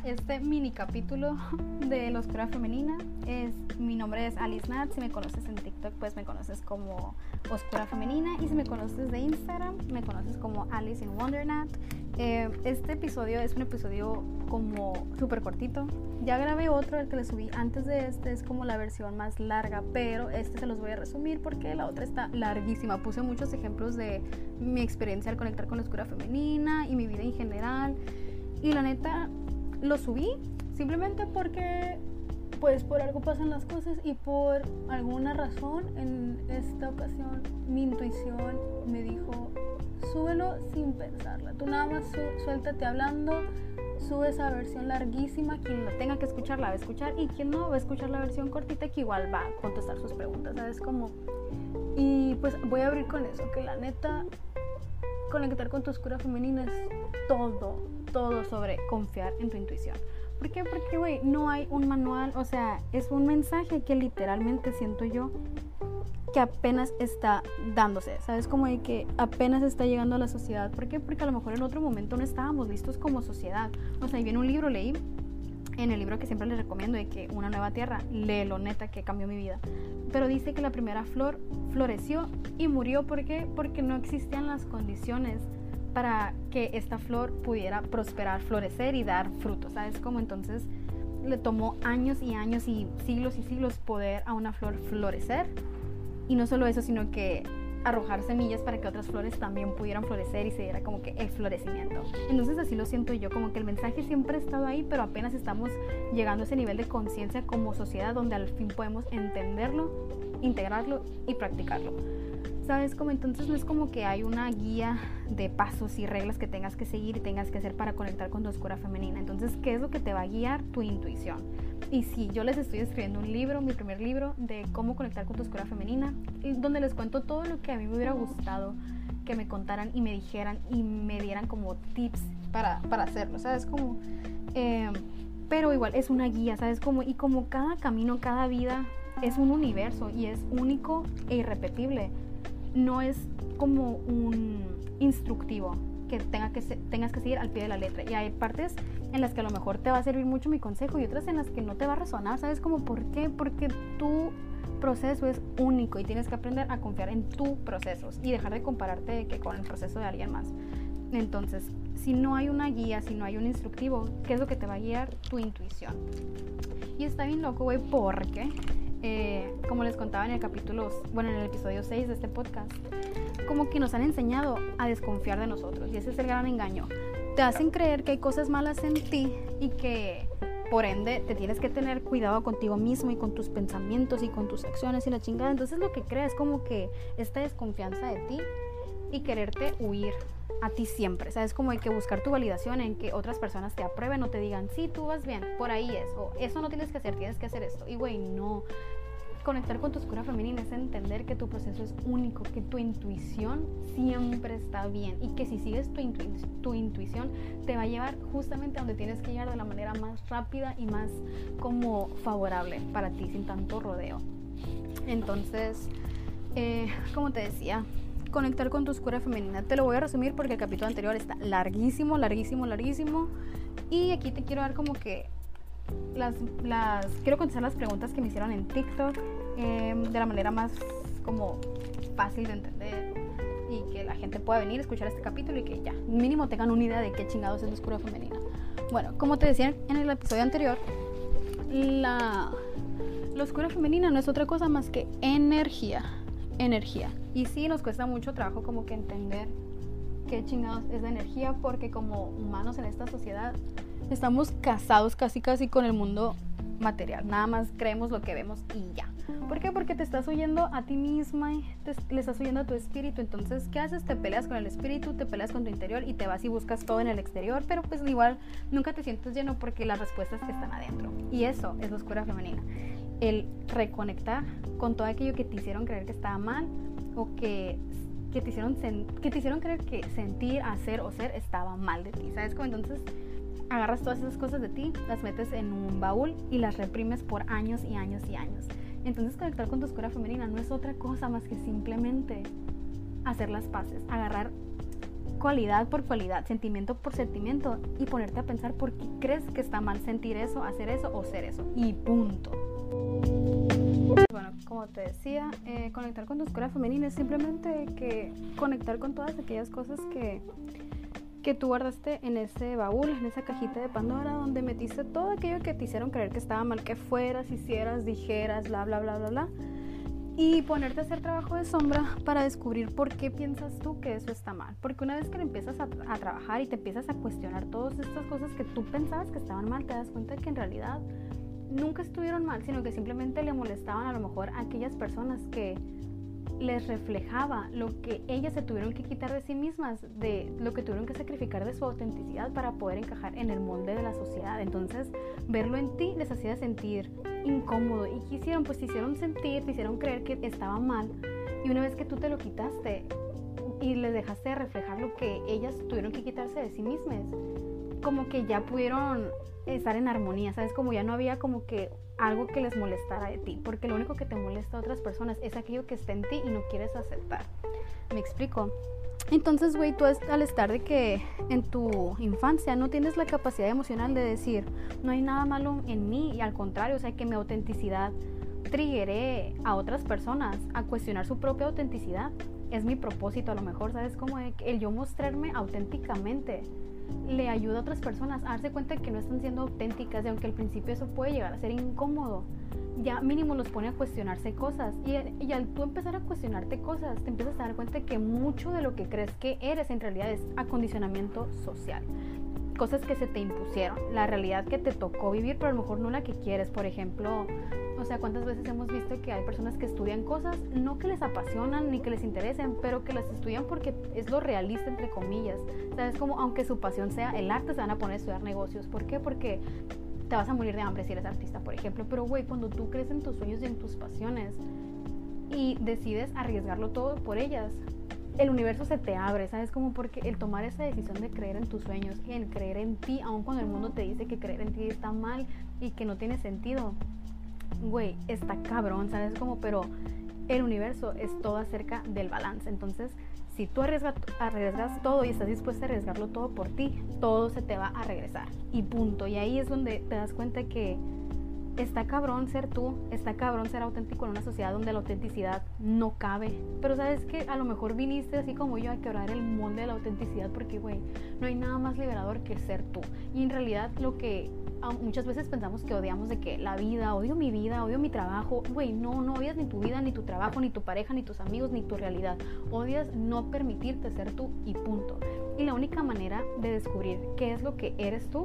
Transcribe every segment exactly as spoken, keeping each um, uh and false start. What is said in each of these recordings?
este mini capítulo de La Oscura Femenina. Es, mi nombre es Alice Nat. Si me conoces en TikTok, pues me conoces como Oscura Femenina. Y si me conoces de Instagram, me conoces como Alice in Wonder Nat. Eh, este episodio es un episodio como súper cortito. Ya grabé otro, el que le subí antes de este, es como la versión más larga, pero este se los voy a resumir porque la otra está larguísima. Puse muchos ejemplos de mi experiencia al conectar con la oscura femenina y mi vida en general. Y la neta, lo subí simplemente porque, pues, por algo pasan las cosas y por alguna razón, en esta ocasión, mi intuición me dijo, súbelo sin pensarla. Tú nada más su- suéltate hablando, sube esa versión larguísima. Quien la tenga que escuchar, la va a escuchar. Y quien no, va a escuchar la versión cortita que igual va a contestar sus preguntas, ¿sabes? Como... Y pues voy a abrir con eso, que la neta, conectar con tu oscura femenina es todo, todo sobre confiar en tu intuición. ¿Por qué? Porque, güey, no hay un manual, o sea, es un mensaje que literalmente siento yo que apenas está dándose, ¿sabes? Como de que apenas está llegando a la sociedad. ¿Por qué? Porque a lo mejor en otro momento no estábamos listos como sociedad. O sea, y viene un libro, leí, en el libro que siempre les recomiendo, de que Una Nueva Tierra, léelo, neta, que cambió mi vida. Pero dice que la primera flor floreció y murió. ¿Por qué? Porque no existían las condiciones para que esta flor pudiera prosperar, florecer y dar frutos, ¿sabes? Como entonces le tomó años y años y siglos y siglos poder a una flor florecer. Y no solo eso, sino que arrojar semillas para que otras flores también pudieran florecer y se diera como que el florecimiento. Entonces así lo siento yo, como que el mensaje siempre ha estado ahí, pero apenas estamos llegando a ese nivel de conciencia como sociedad donde al fin podemos entenderlo, integrarlo y practicarlo. ¿Sabes? Como entonces no es como que hay una guía de pasos y reglas que tengas que seguir y tengas que hacer para conectar con tu oscura femenina. Entonces, ¿qué es lo que te va a guiar? Tu intuición. Y sí, yo les estoy escribiendo un libro, mi primer libro, de cómo conectar con tu oscura femenina, donde les cuento todo lo que a mí me hubiera gustado que me contaran y me dijeran y me dieran como tips para, para hacerlo, ¿sabes? Como, eh, pero igual es una guía, ¿sabes? Como, y como cada camino, cada vida es un universo y es único e irrepetible. No es como un instructivo que, tenga que se, tengas que seguir al pie de la letra. Y hay partes en las que a lo mejor te va a servir mucho mi consejo y otras en las que no te va a resonar. ¿Sabes cómo? ¿Por qué? Porque tu proceso es único y tienes que aprender a confiar en tus procesos y dejar de compararte de que con el proceso de alguien más. Entonces, si no hay una guía, si no hay un instructivo, ¿qué es lo que te va a guiar? Tu intuición. Y está bien loco, güey, porque... Eh, como les contaba en el capítulo, bueno, en el episodio seis de este podcast, como que nos han enseñado a desconfiar de nosotros, y ese es el gran engaño. Te hacen creer que hay cosas malas en ti y que por ende te tienes que tener cuidado contigo mismo y con tus pensamientos y con tus acciones y la chingada. Entonces lo que creas es como que esta desconfianza de ti y quererte huir a ti siempre, ¿sabes? Como hay que buscar tu validación en que otras personas te aprueben o te digan, sí, tú vas bien, por ahí es, o eso no tienes que hacer, tienes que hacer esto. Y güey, no. Conectar con tu oscura femenina es entender que tu proceso es único, que tu intuición siempre está bien y que si sigues tu, intu- tu intuición te va a llevar justamente a donde tienes que llegar de la manera más rápida y más como favorable para ti, sin tanto rodeo. Entonces, eh, como te decía, conectar con tu oscura femenina. Te lo voy a resumir porque el capítulo anterior está larguísimo, larguísimo, larguísimo. Y aquí te quiero dar como que las, las quiero contestar las preguntas que me hicieron en TikTok eh, de la manera más como fácil de entender y que la gente pueda venir a escuchar este capítulo y que ya mínimo tengan una idea de qué chingados es la oscura femenina. Bueno, como te decía en el episodio anterior, la, la oscura femenina no es otra cosa más que energía. Energía. Y sí, nos cuesta mucho trabajo como que entender qué chingados es la energía, porque como humanos en esta sociedad estamos casados casi casi con el mundo material. Nada más creemos lo que vemos y ya. ¿Por qué? Porque te estás oyendo a ti misma y te, le estás oyendo a tu espíritu. Entonces, ¿qué haces? Te peleas con el espíritu, te peleas con tu interior y te vas y buscas todo en el exterior, pero pues igual nunca te sientes lleno porque las respuestas que están adentro. Y eso es la oscura femenina. El reconectar con todo aquello que te hicieron creer que estaba mal o que, que, te, hicieron sen- que te hicieron creer que sentir, hacer o ser estaba mal de ti. ¿Sabes cómo? Entonces agarras todas esas cosas de ti, las metes en un baúl y las reprimes por años y años y años. Entonces conectar con tu oscura femenina no es otra cosa más que simplemente hacer las paces, agarrar cualidad por cualidad, sentimiento por sentimiento, y ponerte a pensar por qué crees que está mal sentir eso, hacer eso o ser eso, y punto. Bueno, como te decía, eh, conectar con tu oscura femenina es simplemente que conectar con todas aquellas cosas que, que tú guardaste en ese baúl, en esa cajita de Pandora, donde metiste todo aquello que te hicieron creer que estaba mal que fueras, hicieras, dijeras, bla, bla, bla, bla, bla. Y ponerte a hacer trabajo de sombra para descubrir por qué piensas tú que eso está mal. Porque una vez que lo empiezas a, tra- a trabajar y te empiezas a cuestionar todas estas cosas que tú pensabas que estaban mal, te das cuenta de que en realidad nunca estuvieron mal, sino que simplemente le molestaban a lo mejor a aquellas personas que les reflejaba lo que ellas se tuvieron que quitar de sí mismas, de lo que tuvieron que sacrificar de su autenticidad para poder encajar en el molde de la sociedad. Entonces, verlo en ti les hacía sentir incómodo. ¿Y qué hicieron? Pues te hicieron sentir, te hicieron creer que estaba mal. Y una vez que tú te lo quitaste y les dejaste de reflejar lo que ellas tuvieron que quitarse de sí mismas, como que ya pudieron estar en armonía, ¿sabes? Como ya no había como que algo que les molestara de ti, porque lo único que te molesta a otras personas es aquello que está en ti y no quieres aceptar. ¿Me explico? Entonces, güey, tú al estar de que en tu infancia no tienes la capacidad emocional de decir, no hay nada malo en mí, y al contrario, o sea, que mi autenticidad triggeré a otras personas a cuestionar su propia autenticidad, es mi propósito a lo mejor, ¿sabes? Como de que el yo mostrarme auténticamente le ayuda a otras personas a darse cuenta de que no están siendo auténticas, y aunque al principio eso puede llegar a ser incómodo, ya mínimo los pone a cuestionarse cosas, y, y al tú empezar a cuestionarte cosas, te empiezas a dar cuenta de que mucho de lo que crees que eres en realidad es acondicionamiento social, cosas que se te impusieron, la realidad que te tocó vivir, pero a lo mejor no la que quieres. Por ejemplo, o sea, cuántas veces hemos visto que hay personas que estudian cosas no que les apasionan ni que les interesen, pero que las estudian porque es lo realista, entre comillas. ¿Sabes? Como aunque su pasión sea el arte, se van a poner a estudiar negocios. ¿Por qué? Porque te vas a morir de hambre si eres artista, por ejemplo. Pero güey, cuando tú crees en tus sueños y en tus pasiones y decides arriesgarlo todo por ellas, el universo se te abre, ¿sabes? Como porque el tomar esa decisión de creer en tus sueños y el creer en ti, aun cuando el mundo te dice que creer en ti está mal y que no tiene sentido, güey, está cabrón, ¿sabes? Como, pero el universo es todo acerca del balance. Entonces, si tú arriesgas, arriesgas todo y estás dispuesta a arriesgarlo todo por ti, todo se te va a regresar y punto. Y ahí es donde te das cuenta que está cabrón ser tú, está cabrón ser auténtico en una sociedad donde la autenticidad no cabe. Pero sabes que a lo mejor viniste así como yo a quebrar el molde de la autenticidad, porque güey, no hay nada más liberador que ser tú. Y en realidad lo que muchas veces pensamos que odiamos, de que la vida, odio mi vida, odio mi trabajo, güey, no, no odias ni tu vida, ni tu trabajo, ni tu pareja, ni tus amigos, ni tu realidad. Odias no permitirte ser tú y punto. Y la única manera de descubrir qué es lo que eres tú,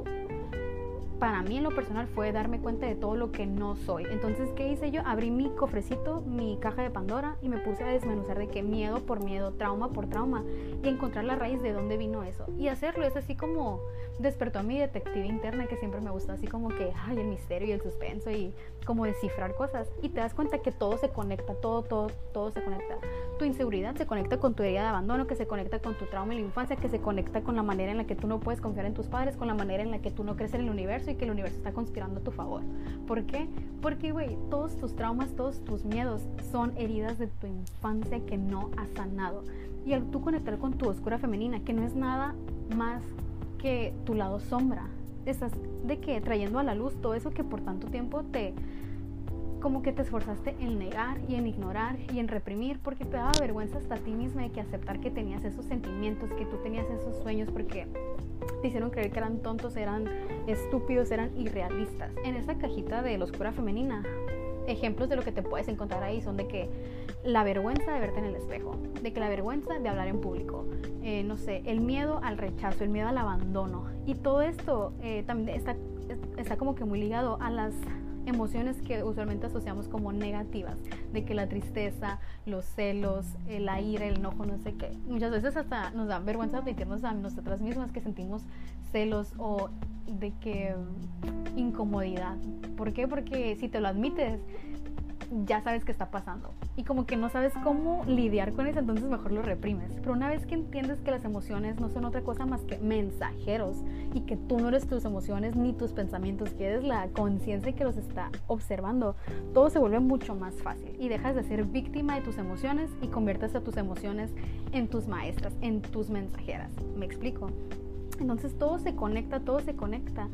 para mí en lo personal, fue darme cuenta de todo lo que no soy. Entonces, ¿qué hice yo? Abrí mi cofrecito, mi caja de Pandora, y me puse a desmenuzar de qué miedo por miedo, trauma por trauma, y encontrar la raíz de dónde vino eso. Y hacerlo es así como despertó a mi detective interna, que siempre me gusta, así como que, ay, el misterio y el suspenso y como descifrar cosas. Y te das cuenta que todo se conecta, todo, todo, todo se conecta. Tu inseguridad se conecta con tu herida de abandono, que se conecta con tu trauma en la infancia, que se conecta con la manera en la que tú no puedes confiar en tus padres, con la manera en la que tú no crees en el universo y que el universo está conspirando a tu favor. ¿Por qué? Porque, güey, todos tus traumas, todos tus miedos son heridas de tu infancia que no has sanado. Y al tú conectar con tu oscura femenina, que no es nada más que tu lado sombra, estás de que trayendo a la luz todo eso que por tanto tiempo te como que te esforzaste en negar y en ignorar y en reprimir, porque te daba vergüenza hasta a ti misma de que aceptar que tenías esos sentimientos, que tú tenías esos sueños, porque te hicieron creer que eran tontos, eran estúpidos, eran irrealistas. En esa cajita de la oscura femenina, ejemplos de lo que te puedes encontrar ahí son de que la vergüenza de verte en el espejo, de que la vergüenza de hablar en público, eh, no sé, el miedo al rechazo, el miedo al abandono, y todo esto eh, también está, está como que muy ligado a las emociones que usualmente asociamos como negativas, de que la tristeza, los celos, la ira, el enojo, no sé qué. Muchas veces hasta nos da vergüenza admitirnos a nosotras mismas que sentimos celos o de que incomodidad. ¿Por qué? Porque si te lo admites, ya sabes qué está pasando y como que no sabes cómo lidiar con eso, entonces mejor lo reprimes. Pero una vez que entiendes que las emociones no son otra cosa más que mensajeros y que tú no eres tus emociones ni tus pensamientos, que eres la conciencia que los está observando, todo se vuelve mucho más fácil y dejas de ser víctima de tus emociones y conviertes a tus emociones en tus maestras, en tus mensajeras. ¿Me explico? Entonces todo se conecta, todo se conecta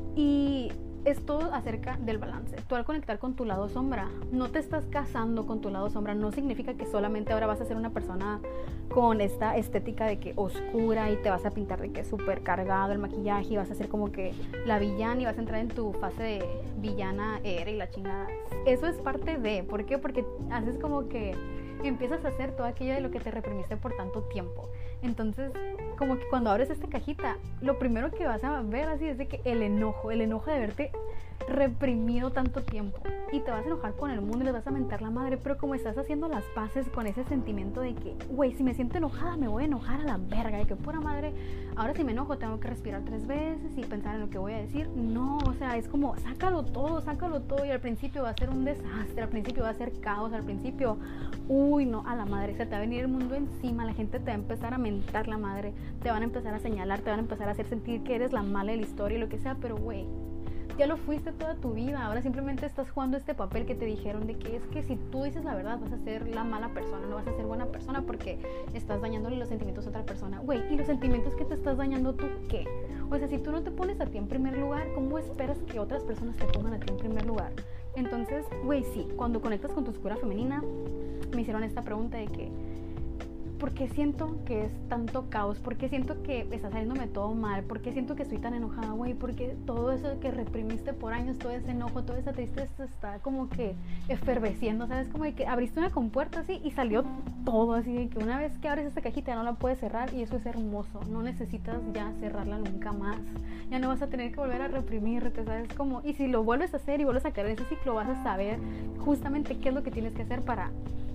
y es todo acerca del balance. Tú al conectar con tu lado sombra, no te estás casando con tu lado sombra, no significa que solamente ahora vas a ser una persona con esta estética de que oscura y te vas a pintar de que súper cargado el maquillaje y vas a ser como que la villana y vas a entrar en tu fase de villana era y la chingada. Eso es parte de, ¿por qué? Porque haces como que empiezas a hacer todo aquello de lo que te reprimiste por tanto tiempo. Entonces, como que cuando abres esta cajita, lo primero que vas a ver así es de que el enojo, el enojo de verte reprimido tanto tiempo y te vas a enojar con el mundo y le vas a mentar la madre, pero como estás haciendo las paces con ese sentimiento de que, güey, si me siento enojada me voy a enojar a la verga, de que pura madre, ahora si me enojo tengo que respirar tres veces y pensar en lo que voy a decir. No, o sea, es como sácalo todo, sácalo todo y al principio va a ser un desastre, al principio va a ser caos, al principio, uy, no, a la madre, se te va a venir el mundo encima, la gente te va a empezar a mentar la madre, te van a empezar a señalar, te van a empezar a hacer sentir que eres la mala de la historia y lo que sea, pero güey, ya lo fuiste toda tu vida, ahora simplemente estás jugando este papel que te dijeron de que es que si tú dices la verdad vas a ser la mala persona, no vas a ser buena persona porque estás dañándole los sentimientos a otra persona. Güey, ¿y los sentimientos que te estás dañando tú qué? O sea, si tú no te pones a ti en primer lugar, ¿cómo esperas que otras personas te pongan a ti en primer lugar? Entonces, güey, sí, cuando conectas con tu oscura femenina, me hicieron esta pregunta de que ¿por qué siento que es tanto caos? ¿Por qué siento que está saliéndome todo mal? ¿Por qué siento que estoy tan enojada, güey? Porque todo eso que reprimiste por años, todo ese enojo, toda esa tristeza está como que efervesciendo, ¿sabes? Como de que abriste una compuerta así y salió todo así, de que una vez que abres esta cajita ya no la puedes cerrar y eso es hermoso. No necesitas ya cerrarla nunca más. Ya no vas a tener que volver a reprimirte, ¿sabes? Como, y si lo vuelves a hacer y vuelves a caer en ese ciclo, vas a saber justamente qué es lo que tienes que hacer para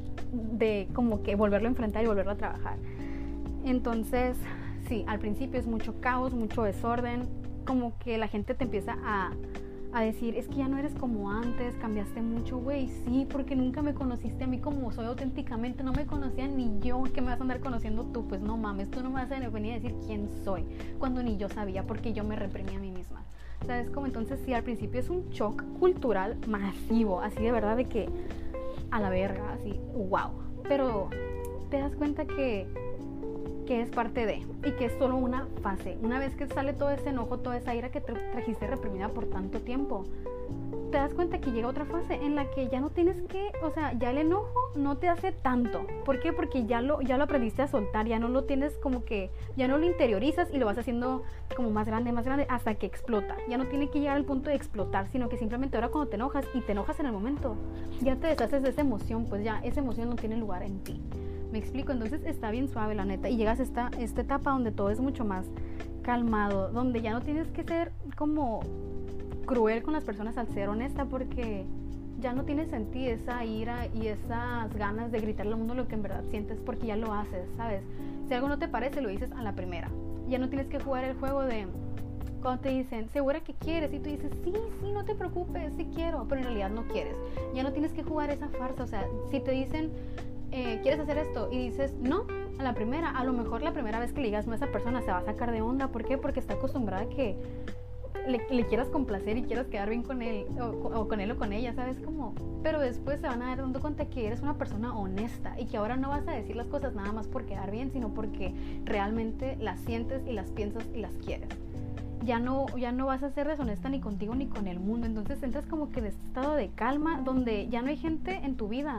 de como que volverlo a enfrentar y volverlo a trabajar. Entonces, sí, al principio es mucho caos, mucho desorden, como que la gente te empieza a, a decir, es que ya no eres como antes, cambiaste mucho, güey, sí, porque nunca me conociste a mí como soy auténticamente, no me conocía ni yo, ¿qué me vas a andar conociendo tú? Pues no mames, tú no me vas a venir a decir quién soy, cuando ni yo sabía, porque yo me reprimí a mí misma. ¿Sabes? Como entonces sí, al principio es un shock cultural masivo, así de verdad de que a la verga, así, wow. Pero te das cuenta que, que es parte de, y que es solo una fase. Una vez que sale todo ese enojo, toda esa ira que te trajiste reprimida por tanto tiempo, te das cuenta que llega otra fase en la que ya no tienes que, o sea, ya el enojo no te hace tanto. ¿Por qué? Porque ya lo, ya lo aprendiste a soltar, ya no lo tienes como que, ya no lo interiorizas y lo vas haciendo como más grande, más grande, hasta que explota. Ya no tiene que llegar al punto de explotar, sino que simplemente ahora cuando te enojas y te enojas en el momento, ya te deshaces de esa emoción, pues ya esa emoción no tiene lugar en ti. ¿Me explico? Entonces está bien suave, la neta, y llegas a esta, esta etapa donde todo es mucho más calmado, donde ya no tienes que ser como cruel con las personas al ser honesta, porque ya no tienes en ti esa ira y esas ganas de gritarle al mundo lo que en verdad sientes, porque ya lo haces, ¿sabes? Si algo no te parece, lo dices a la primera. Ya no tienes que jugar el juego de cuando te dicen, ¿segura que quieres? Y tú dices, sí, sí, no te preocupes, sí quiero, pero en realidad no quieres. Ya no tienes que jugar esa farsa, o sea, si te dicen, eh, ¿quieres hacer esto? Y dices, no, a la primera, a lo mejor la primera vez que le digas no a esa persona se va a sacar de onda. ¿Por qué? Porque está acostumbrada a que Le, le quieras complacer y quieras quedar bien con él o, o con él o con ella, ¿sabes? Como, pero después se van a dar dando cuenta que eres una persona honesta y que ahora no vas a decir las cosas nada más por quedar bien, sino porque realmente las sientes y las piensas y las quieres. Ya no, ya no vas a ser deshonesta ni contigo ni con el mundo. Entonces entras como que en este estado de calma donde ya no hay gente en tu vida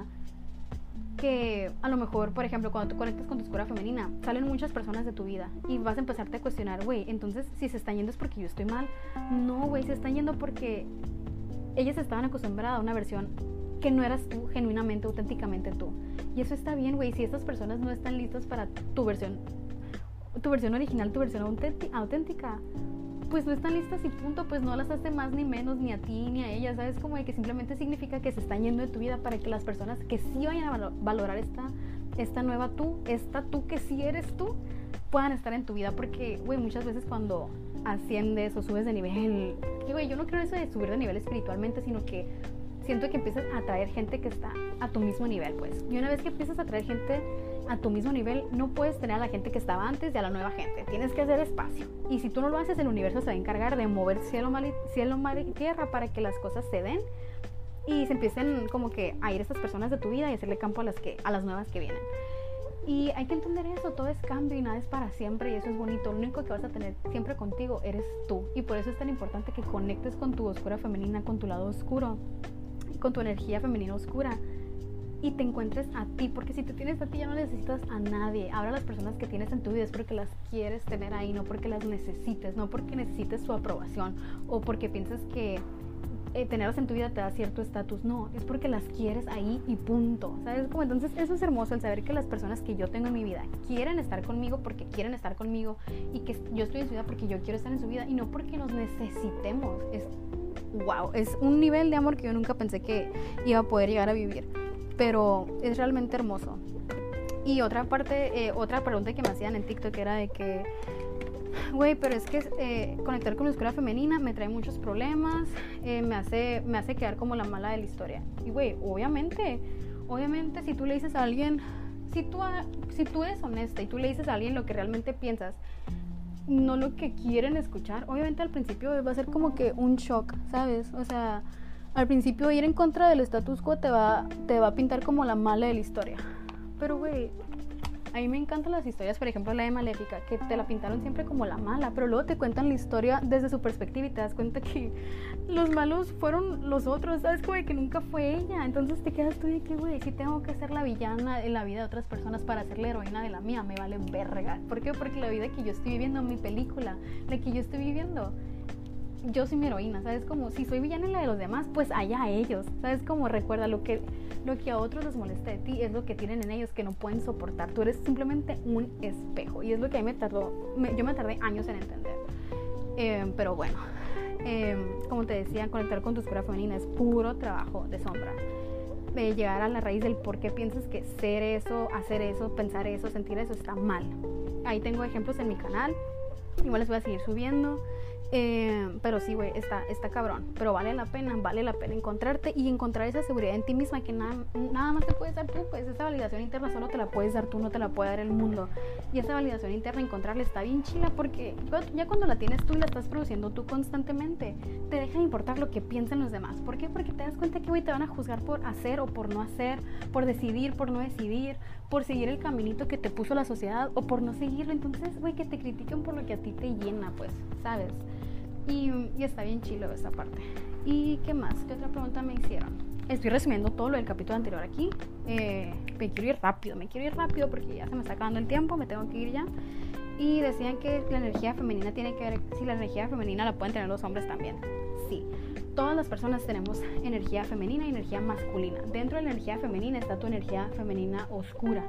que a lo mejor, por ejemplo, cuando tú conectas con tu oscura femenina, salen muchas personas de tu vida y vas a empezarte a cuestionar, güey, entonces si se están yendo es porque yo estoy mal. No, güey, se están yendo porque ellas estaban acostumbradas a una versión que no eras tú, genuinamente, auténticamente tú. Y eso está bien, güey, si estas personas no están listas para tu versión, tu versión original, tu versión auténtica, pues no están listas y punto, pues no las hace más ni menos ni a ti ni a ellas, ¿sabes? Como de que simplemente significa que se están yendo de tu vida para que las personas que sí vayan a valorar esta, esta nueva tú, esta tú que sí eres tú, puedan estar en tu vida, porque, güey, muchas veces cuando asciendes o subes de nivel, y güey, yo no creo eso de subir de nivel espiritualmente, sino que siento que empiezas a atraer gente que está a tu mismo nivel, pues. Y una vez que empiezas a atraer gente a tu mismo nivel, no puedes tener a la gente que estaba antes y a la nueva gente. Tienes que hacer espacio. Y si tú no lo haces, el universo se va a encargar de mover cielo, mar y, cielo, mar y tierra para que las cosas se den y se empiecen como que a ir estas personas de tu vida y hacerle campo a las, que, a las nuevas que vienen. Y hay que entender eso, todo es cambio y nada es para siempre y eso es bonito. Lo único que vas a tener siempre contigo eres tú. Y por eso es tan importante que conectes con tu oscura femenina, con tu lado oscuro, con tu energía femenina oscura. Y te encuentres a ti, porque si te tienes a ti ya no necesitas a nadie. Ahora las personas que tienes en tu vida es porque las quieres tener ahí, no porque las necesites, no porque necesites su aprobación o porque piensas que eh, tenerlas en tu vida te da cierto estatus. No, es porque las quieres ahí y punto, ¿sabes? Como entonces eso es hermoso, el saber que las personas que yo tengo en mi vida quieren estar conmigo porque quieren estar conmigo y que yo estoy en su vida porque yo quiero estar en su vida y no porque nos necesitemos. Es wow, es un nivel de amor que yo nunca pensé que iba a poder llegar a vivir. Pero es realmente hermoso. Y otra parte, eh, otra pregunta que me hacían en TikTok era de que, güey, pero es que eh, conectar con la oscura femenina me trae muchos problemas, eh, me hace, me hace quedar como la mala de la historia. Y güey, obviamente, obviamente si tú le dices a alguien, si tú, si tú eres honesta y tú le dices a alguien lo que realmente piensas, no lo que quieren escuchar, obviamente al principio va a ser como que un shock, ¿sabes? O sea, al principio ir en contra del status quo te va, te va a pintar como la mala de la historia. Pero güey, a mí me encantan las historias, por ejemplo la de Maléfica, que te la pintaron siempre como la mala, pero luego te cuentan la historia desde su perspectiva y te das cuenta que los malos fueron los otros, ¿sabes? Como de que nunca fue ella. Entonces te quedas tú de que, güey, si tengo que ser la villana en la vida de otras personas para ser la heroína de la mía, me vale verga. ¿Por qué? Porque la vida que yo estoy viviendo, mi película, la que yo estoy viviendo, yo soy mi heroína, ¿sabes? Como si soy villana en la de los demás, pues allá ellos, ¿sabes? Como recuerda, lo que, lo que a otros les molesta de ti es lo que tienen en ellos que no pueden soportar. Tú eres simplemente un espejo y es lo que a mí me tardó, me, yo me tardé años en entender. Eh, pero bueno, eh, como te decía, conectar con tu oscura femenina es puro trabajo de sombra. De llegar a la raíz del por qué piensas que ser eso, hacer eso, pensar eso, sentir eso está mal. Ahí tengo ejemplos en mi canal, igual les voy a seguir subiendo. Eh, pero sí, güey, está, está cabrón. Pero vale la pena, vale la pena encontrarte y encontrar esa seguridad en ti misma que nada, nada más te puedes dar tú. Pues esa validación interna solo te la puedes dar tú, no te la puede dar el mundo. Y esa validación interna, encontrarla está bien chila porque ya cuando la tienes tú y la estás produciendo tú constantemente, te deja de importar lo que piensen los demás. ¿Por qué? Porque te das cuenta que, güey, te van a juzgar por hacer o por no hacer, por decidir, por no decidir, por seguir el caminito que te puso la sociedad o por no seguirlo. Entonces, güey, que te critiquen por lo que a ti te llena, pues, ¿sabes? Y, y está bien chilo esa parte. ¿Y qué más? ¿Qué otra pregunta me hicieron? Estoy resumiendo todo lo del capítulo anterior aquí. Eh, me quiero ir rápido, me quiero ir rápido porque ya se me está acabando el tiempo, me tengo que ir ya. Y decían que la energía femenina tiene que ver, si la energía femenina la pueden tener los hombres también. Sí, todas las personas tenemos energía femenina y energía masculina. Dentro de la energía femenina está tu energía femenina oscura.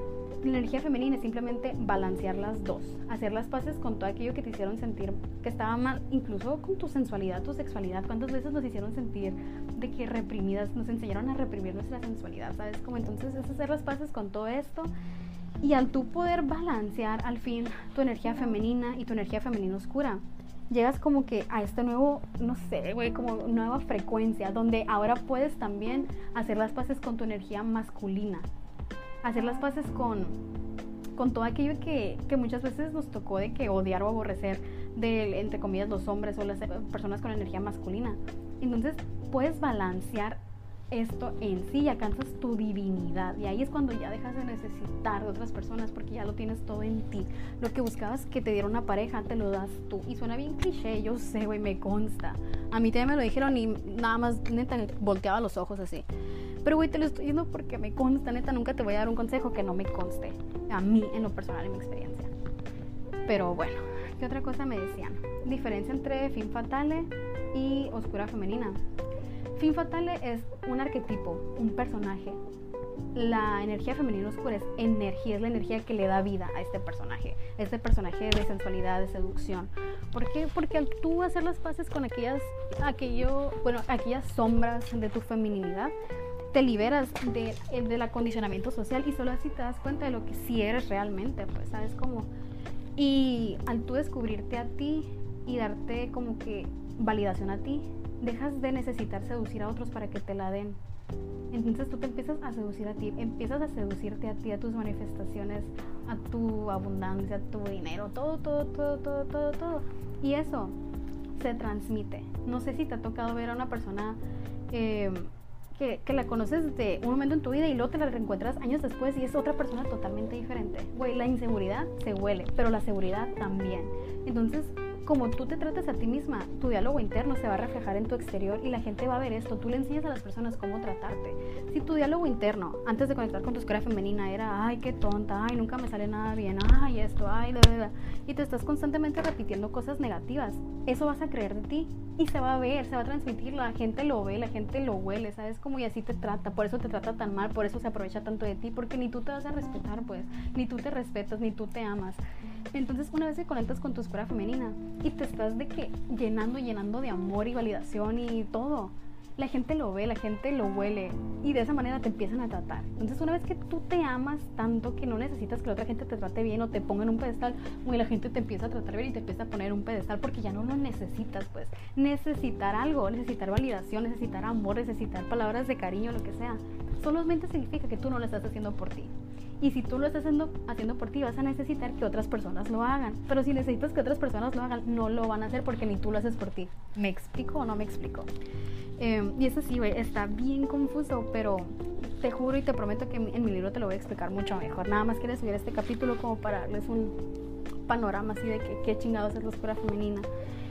La energía femenina es simplemente balancear las dos, hacer las paces con todo aquello que te hicieron sentir que estaba mal, incluso con tu sensualidad, tu sexualidad. ¿Cuántas veces nos hicieron sentir de que reprimidas, nos enseñaron a reprimir nuestra sensualidad, ¿sabes? Como entonces es hacer las paces con todo esto y al tú poder balancear al fin tu energía femenina y tu energía femenina oscura, llegas como que a este nuevo, no sé, güey, como nueva frecuencia donde ahora puedes también hacer las paces con tu energía masculina. Hacer las paces con, con todo aquello que, que muchas veces nos tocó de que odiar o aborrecer de, entre comillas, los hombres o las personas con energía masculina. Entonces puedes balancear esto en sí y alcanzas tu divinidad. Y ahí es cuando ya dejas de necesitar de otras personas porque ya lo tienes todo en ti. Lo que buscabas que te diera una pareja, te lo das tú. Y suena bien cliché, yo sé, güey, me consta. A mí también me lo dijeron y nada más, neta, volteaba los ojos así. Pero, güey, te lo estoy diciendo porque me consta, neta, nunca te voy a dar un consejo que no me conste. A mí, en lo personal, en mi experiencia. Pero bueno, ¿qué otra cosa me decían? Diferencia entre femme fatale y oscura femenina. Femme fatale es un arquetipo, un personaje. La energía femenina oscura es energía, es la energía que le da vida a este personaje. Este personaje de sensualidad, de seducción. ¿Por qué? Porque al tú hacer las paces con aquellas, aquello, bueno, aquellas sombras de tu feminidad, te liberas de, del acondicionamiento social y solo así te das cuenta de lo que sí eres realmente, pues, ¿sabes cómo? Y al tú descubrirte a ti y darte como que validación a ti, dejas de necesitar seducir a otros para que te la den. Entonces tú te empiezas a seducir a ti, empiezas a seducirte a ti, a tus manifestaciones, a tu abundancia, a tu dinero, todo, todo, todo, todo, todo, todo. Y eso se transmite. No sé si te ha tocado ver a una persona eh, que, que la conoces de un momento en tu vida y luego te la reencuentras años después y es otra persona totalmente diferente. Güey, la inseguridad se huele, pero la seguridad también. Entonces, como tú te tratas a ti misma, tu diálogo interno se va a reflejar en tu exterior y la gente va a ver esto. Tú le enseñas a las personas cómo tratarte. Si tu diálogo interno, antes de conectar con tu esfera femenina, era, ay, qué tonta, ay, nunca me sale nada bien, ay, esto, ay, bla, bla, bla, y te estás constantemente repitiendo cosas negativas, eso vas a creer de ti y se va a ver, se va a transmitir, la gente lo ve, la gente lo huele, ¿sabes? Como y así te trata, por eso te trata tan mal, por eso se aprovecha tanto de ti, porque ni tú te vas a respetar, pues, ni tú te respetas, ni tú te amas. Entonces, una vez que conectas con tu esfera femenina y te estás de que llenando, llenando de amor y validación y todo, la gente lo ve, la gente lo huele y de esa manera te empiezan a tratar. Entonces, una vez que tú te amas tanto que no necesitas que la otra gente te trate bien o te ponga en un pedestal, o la gente te empieza a tratar bien y te empieza a poner en un pedestal porque ya no lo necesitas, pues. Necesitar algo, necesitar validación, necesitar amor, necesitar palabras de cariño, lo que sea, solamente significa que tú no lo estás haciendo por ti. Y si tú lo estás haciendo, haciendo por ti, vas a necesitar que otras personas lo hagan. Pero si necesitas que otras personas lo hagan, no lo van a hacer porque ni tú lo haces por ti. ¿Me explico o no me explico? Eh, y eso sí, güey, está bien confuso, pero te juro y te prometo que en mi libro te lo voy a explicar mucho mejor. Nada más quería subir este capítulo como para darles un panorama así de que, qué chingados es la oscura femenina.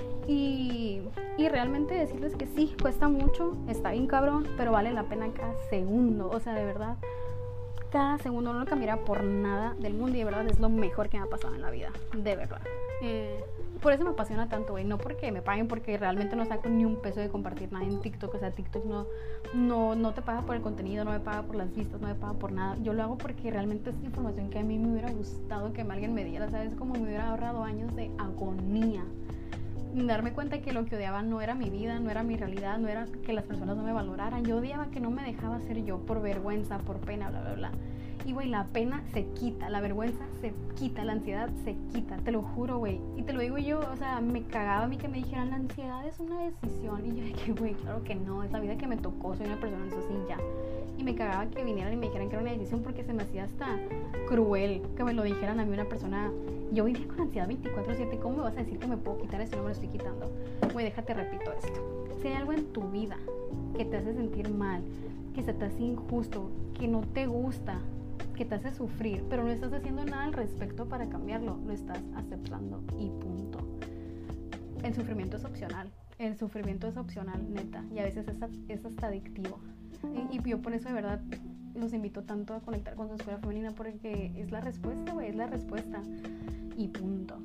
Y, y realmente decirles que sí, cuesta mucho, está bien cabrón, pero vale la pena cada segundo. O sea, de verdad, cada segundo no lo cambiará por nada del mundo y de verdad es lo mejor que me ha pasado en la vida, de verdad. Eh, por eso me apasiona tanto, güey, no porque me paguen, porque realmente no saco ni un peso de compartir nada en TikTok. O sea, TikTok no, no, no te paga por el contenido, no me paga por las vistas, no me paga por nada. Yo lo hago porque realmente es información que a mí me hubiera gustado que alguien me diera, ¿sabes? Como me hubiera ahorrado años de agonía. Darme cuenta que lo que odiaba no era mi vida, no era mi realidad, no era que las personas no me valoraran. Yo odiaba que no me dejaba ser yo por vergüenza, por pena, bla, bla, bla. Y, güey, la pena se quita, la vergüenza se quita, la ansiedad se quita, te lo juro, güey. Y te lo digo yo, o sea, me cagaba a mí que me dijeran, la ansiedad es una decisión. Y yo de que, güey, claro que no, es la vida que me tocó, soy una persona en su silla. Y me cagaba que vinieran y me dijeran que era una decisión porque se me hacía hasta cruel que me lo dijeran a mí una persona. Yo vivía con ansiedad veinticuatro siete, ¿cómo me vas a decir que me puedo quitar esto y no me lo estoy quitando? Güey, déjate, repito esto. Si hay algo en tu vida que te hace sentir mal, que se te hace injusto, que no te gusta, que te hace sufrir, pero no estás haciendo nada al respecto para cambiarlo, lo estás aceptando y punto. El sufrimiento es opcional, el sufrimiento es opcional, neta, y a veces es, es hasta adictivo. Y, y yo por eso de verdad los invito tanto a conectar con su esfera femenina, porque es la respuesta, güey, es la respuesta y punto.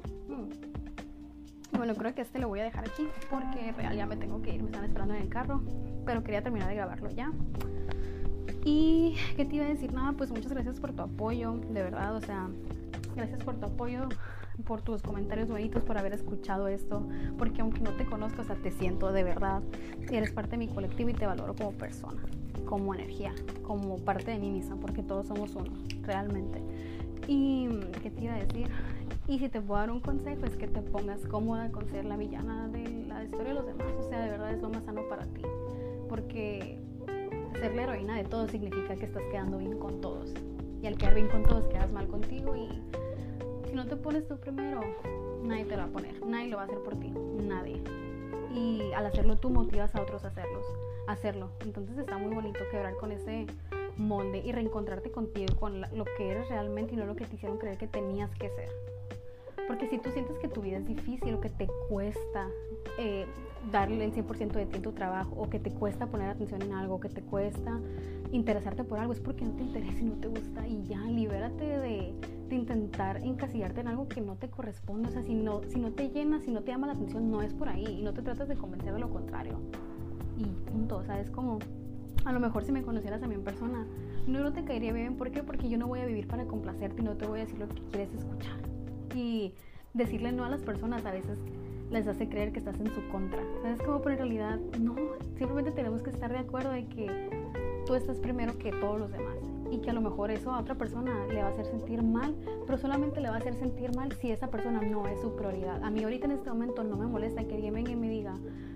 Mm. Bueno, creo que este lo voy a dejar aquí porque real ya me tengo que ir, me están esperando en el carro, pero quería terminar de grabarlo ya. Y ¿qué te iba a decir? Nada, pues muchas gracias por tu apoyo, de verdad, o sea, gracias por tu apoyo, por tus comentarios bonitos, por haber escuchado esto, porque aunque no te conozco, o sea, te siento de verdad, eres parte de mi colectivo y te valoro como persona, como energía, como parte de mí misma, porque todos somos uno, realmente. Y ¿qué te iba a decir? Y si te puedo dar un consejo, es que te pongas cómoda con ser la villana de la historia de los demás, o sea, de verdad es lo más sano para ti, porque ser la heroína de todos significa que estás quedando bien con todos, y al quedar bien con todos quedas mal contigo, y si no te pones tú primero, nadie te lo va a poner, nadie lo va a hacer por ti, nadie. Y al hacerlo tú motivas a otros a hacerlos, a hacerlo. Entonces está muy bonito quebrar con ese molde y reencontrarte contigo, con la, lo que eres realmente y no lo que te hicieron creer que tenías que ser. Porque si tú sientes que tu vida es difícil o que te cuesta eh, darle el cien por ciento de ti en tu trabajo, o que te cuesta poner atención en algo, que te cuesta interesarte por algo, es porque no te interesa y no te gusta, y ya, libérate de, de intentar encasillarte en algo que no te corresponde. O sea, si no, si no te llena, si no te llama la atención, no es por ahí, y no te tratas de convencer de lo contrario. Y punto, o sea, es como, a lo mejor si me conocieras a mí en persona, no, no te caería bien. ¿Por qué? Porque yo no voy a vivir para complacerte y no te voy a decir lo que quieres escuchar. Y decirle no a las personas a veces les hace creer que estás en su contra, ¿sabes? Como, pero en realidad no, simplemente tenemos que estar de acuerdo de que tú estás primero que todos los demás, y que a lo mejor eso a otra persona le va a hacer sentir mal, pero solamente le va a hacer sentir mal si esa persona no es su prioridad. A mí ahorita en este momento no me molesta que alguien venga y me diga,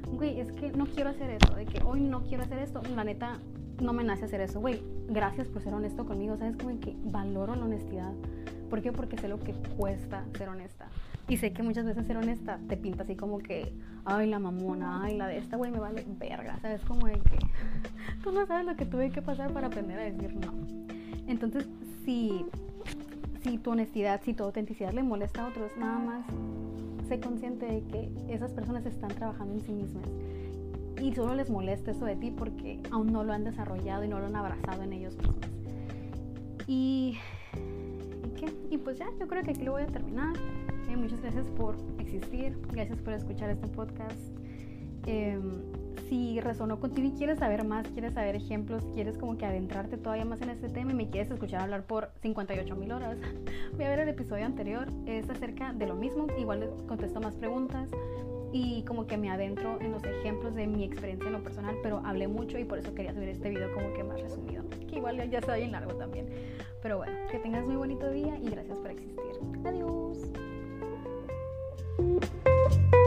güey, es que no quiero hacer eso, de que hoy no quiero hacer esto, la neta no me nace hacer eso, güey, gracias por ser honesto conmigo, ¿sabes? Como que valoro la honestidad. ¿Por qué? Porque sé lo que cuesta ser honesta. Y sé que muchas veces ser honesta te pinta así como que, ay, la mamona, ay, la de esta, güey, me vale verga, ¿sabes? Como de que tú no sabes lo que tuve que pasar para aprender a decir no. Entonces, si, si tu honestidad, si tu autenticidad le molesta a otros, nada más sé consciente de que esas personas están trabajando en sí mismas. Y solo les molesta eso de ti porque aún no lo han desarrollado y no lo han abrazado en ellos mismos. Y, ¿y qué? Y pues ya, yo creo que aquí lo voy a terminar. Eh, muchas gracias por existir, gracias por escuchar este podcast. Eh, si resonó contigo y quieres saber más, quieres saber ejemplos, quieres como que adentrarte todavía más en este tema y me quieres escuchar hablar por cincuenta y ocho mil horas, voy a ver el episodio anterior, es acerca de lo mismo, igual les contesto más preguntas y como que me adentro en los ejemplos de mi experiencia en lo personal, pero hablé mucho y por eso quería subir este video como que más resumido, que igual ya, ya está bien largo también. Pero bueno, que tengas muy bonito día y gracias por existir. Adiós.